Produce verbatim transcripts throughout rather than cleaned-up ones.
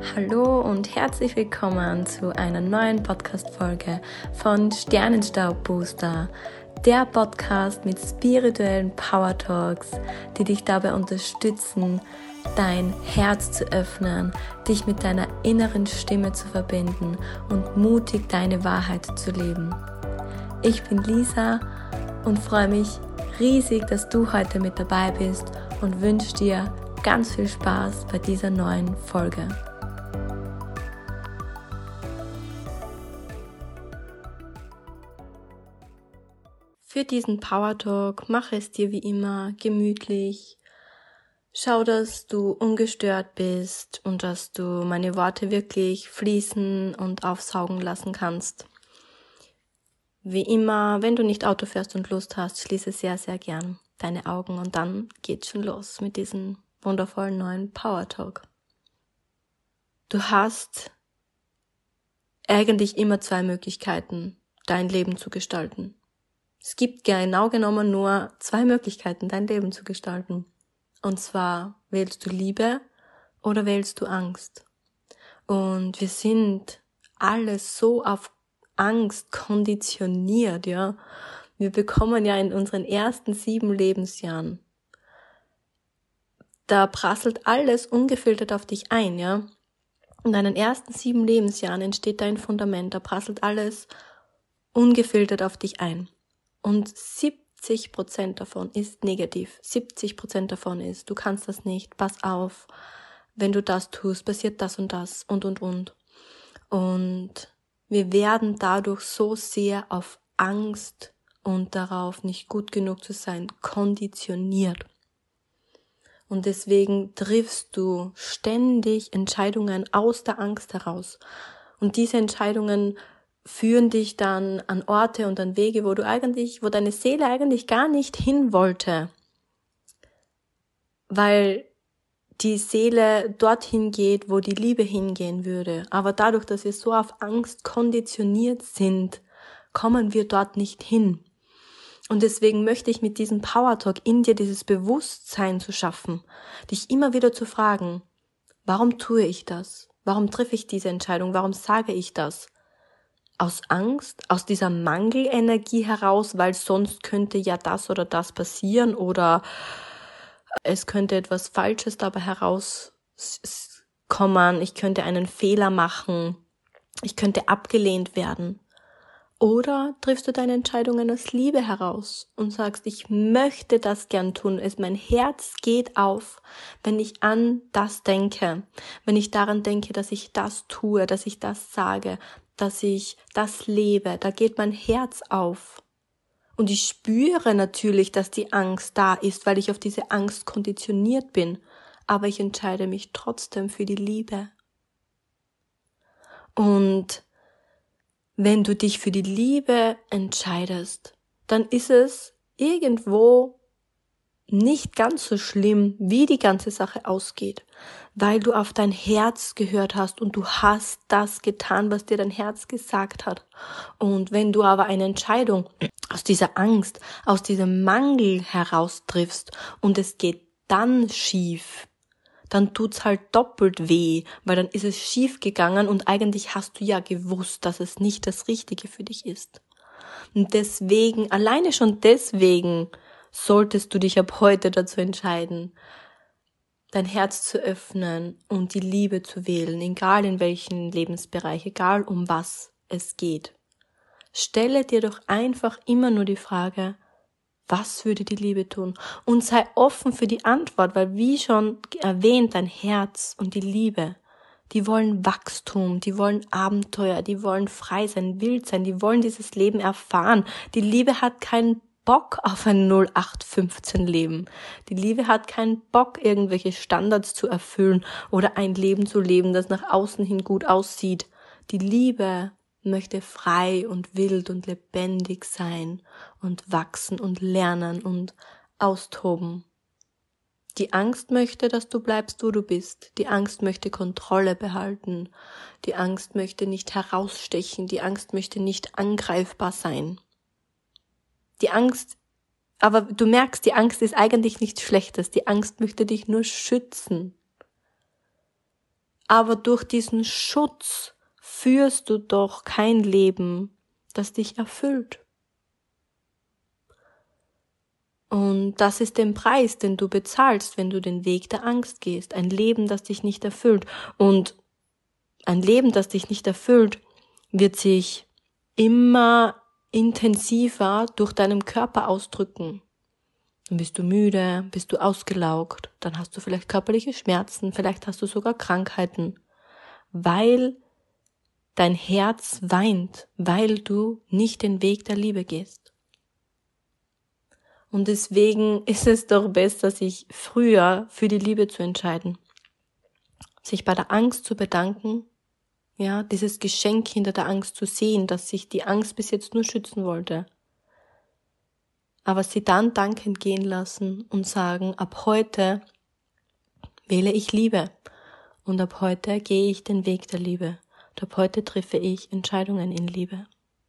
Hallo und herzlich willkommen zu einer neuen Podcast-Folge von Sternenstaub Booster, der Podcast mit spirituellen Power Talks, die dich dabei unterstützen, dein Herz zu öffnen, dich mit deiner inneren Stimme zu verbinden und mutig deine Wahrheit zu leben. Ich bin Lisa und freue mich riesig, dass du heute mit dabei bist und wünsche dir ganz viel Spaß bei dieser neuen Folge. Für diesen Power Talk mache es dir wie immer gemütlich. Schau, dass du ungestört bist und dass du meine Worte wirklich fließen und aufsaugen lassen kannst. Wie immer, wenn du nicht Auto fährst und Lust hast, schließe sehr, sehr gern deine Augen und dann geht's schon los mit diesem wundervollen neuen Power Talk. Du hast eigentlich immer zwei Möglichkeiten, dein Leben zu gestalten. Es gibt genau genommen nur zwei Möglichkeiten, dein Leben zu gestalten. Und zwar wählst du Liebe oder wählst du Angst. Und wir sind alle so auf Angst konditioniert, ja. Wir bekommen ja in unseren ersten sieben Lebensjahren, da prasselt alles ungefiltert auf dich ein, ja. In deinen ersten sieben Lebensjahren entsteht dein Fundament, da prasselt alles ungefiltert auf dich ein. Und siebzig Prozent davon ist negativ. siebzig Prozent davon ist, du kannst das nicht, pass auf, wenn du das tust, passiert das und das und, und, und. Und wir werden dadurch so sehr auf Angst und darauf, nicht gut genug zu sein, konditioniert. Und deswegen triffst du ständig Entscheidungen aus der Angst heraus. Und diese Entscheidungen führen dich dann an Orte und an Wege, wo du eigentlich, wo deine Seele eigentlich gar nicht hin wollte. Weil die Seele dorthin geht, wo die Liebe hingehen würde. Aber dadurch, dass wir so auf Angst konditioniert sind, kommen wir dort nicht hin. Und deswegen möchte ich mit diesem Power Talk in dir dieses Bewusstsein zu schaffen, dich immer wieder zu fragen, warum tue ich das? Warum treffe ich diese Entscheidung? Warum sage ich das? Aus Angst, aus dieser Mangelenergie heraus, weil sonst könnte ja das oder das passieren oder es könnte etwas Falsches dabei herauskommen, ich könnte einen Fehler machen, ich könnte abgelehnt werden. Oder triffst du deine Entscheidungen aus Liebe heraus und sagst, ich möchte das gern tun, es mein Herz geht auf, wenn ich an das denke, wenn ich daran denke, dass ich das tue, dass ich das sage, dass ich das lebe, da geht mein Herz auf. Und ich spüre natürlich, dass die Angst da ist, weil ich auf diese Angst konditioniert bin, aber ich entscheide mich trotzdem für die Liebe. Und wenn du dich für die Liebe entscheidest, dann ist es irgendwo nicht ganz so schlimm, wie die ganze Sache ausgeht, weil du auf dein Herz gehört hast und du hast das getan, was dir dein Herz gesagt hat. Und wenn du aber eine Entscheidung aus dieser Angst, aus diesem Mangel heraus triffst und es geht dann schief, dann tut's halt doppelt weh, weil dann ist es schief gegangen und eigentlich hast du ja gewusst, dass es nicht das Richtige für dich ist. Und deswegen, alleine schon deswegen, solltest du dich ab heute dazu entscheiden, dein Herz zu öffnen und die Liebe zu wählen, egal in welchen Lebensbereich, egal um was es geht. Stelle dir doch einfach immer nur die Frage, was würde die Liebe tun? Und sei offen für die Antwort, weil wie schon erwähnt, dein Herz und die Liebe, die wollen Wachstum, die wollen Abenteuer, die wollen frei sein, wild sein, die wollen dieses Leben erfahren. Die Liebe hat keinen Bock auf ein null acht fünfzehn Leben. Die Liebe hat keinen Bock, irgendwelche Standards zu erfüllen oder ein Leben zu leben, das nach außen hin gut aussieht. Die Liebe möchte frei und wild und lebendig sein und wachsen und lernen und austoben. Die Angst möchte, dass du bleibst, wo du bist. Die Angst möchte Kontrolle behalten. Die Angst möchte nicht herausstechen. Die Angst möchte nicht angreifbar sein. Die Angst, aber du merkst, die Angst ist eigentlich nichts Schlechtes. Die Angst möchte dich nur schützen. aber durch diesen Schutz führst du doch kein Leben, das dich erfüllt. Und das ist der Preis, den du bezahlst, wenn du den Weg der Angst gehst. Ein Leben, das dich nicht erfüllt. Und ein Leben, das dich nicht erfüllt, wird sich immer intensiver durch deinen Körper ausdrücken. Dann bist du müde, bist du ausgelaugt, dann hast du vielleicht körperliche Schmerzen, vielleicht hast du sogar Krankheiten, weil dein Herz weint, weil du nicht den Weg der Liebe gehst. Und deswegen ist es doch besser, sich früher für die Liebe zu entscheiden. Sich bei der Angst zu bedanken, ja, dieses Geschenk hinter der Angst zu sehen, dass sich die Angst bis jetzt nur schützen wollte. Aber sie dann dankend gehen lassen und sagen, ab heute wähle ich Liebe und ab heute gehe ich den Weg der Liebe und ab heute treffe ich Entscheidungen in Liebe.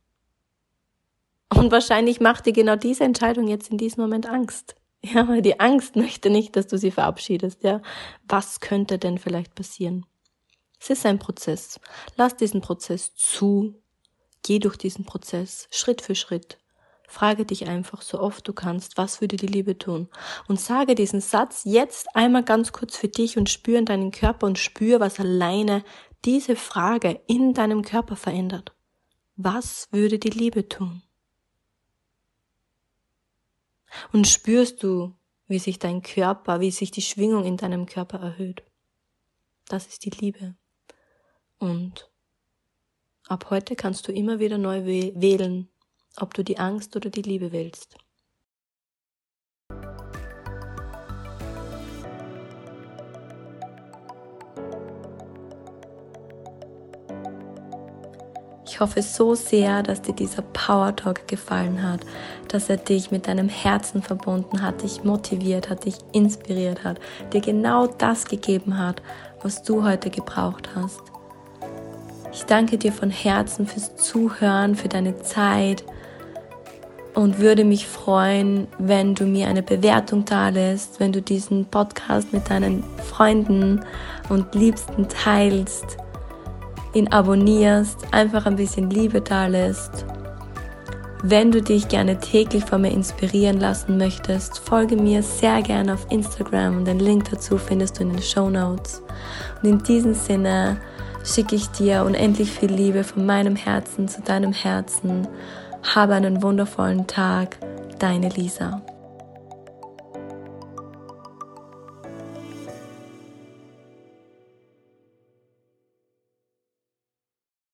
Und wahrscheinlich macht dir genau diese Entscheidung jetzt in diesem Moment Angst. Ja, weil die Angst möchte nicht, dass du sie verabschiedest, ja. Was könnte denn vielleicht passieren? Es ist ein Prozess. Lass diesen Prozess zu. Geh durch diesen Prozess, Schritt für Schritt. Frage dich einfach so oft du kannst, was würde die Liebe tun? Und sage diesen Satz jetzt einmal ganz kurz für dich und spür in deinen Körper und spür, was alleine diese Frage in deinem Körper verändert. Was würde die Liebe tun? Und spürst du, wie sich dein Körper, wie sich die Schwingung in deinem Körper erhöht. Das ist die Liebe. Und ab heute kannst du immer wieder neu wählen, ob du die Angst oder die Liebe wählst. Ich hoffe so sehr, dass dir dieser Power Talk gefallen hat, dass er dich mit deinem Herzen verbunden hat, dich motiviert hat, dich inspiriert hat, dir genau das gegeben hat, was du heute gebraucht hast. Ich danke dir von Herzen fürs Zuhören, für deine Zeit und würde mich freuen, wenn du mir eine Bewertung dalässt, wenn du diesen Podcast mit deinen Freunden und Liebsten teilst, ihn abonnierst, einfach ein bisschen Liebe dalässt. Wenn du dich gerne täglich von mir inspirieren lassen möchtest, folge mir sehr gerne auf Instagram und den Link dazu findest du in den Shownotes. Und in diesem Sinne schicke ich dir unendlich viel Liebe von meinem Herzen zu deinem Herzen. Habe einen wundervollen Tag, deine Lisa.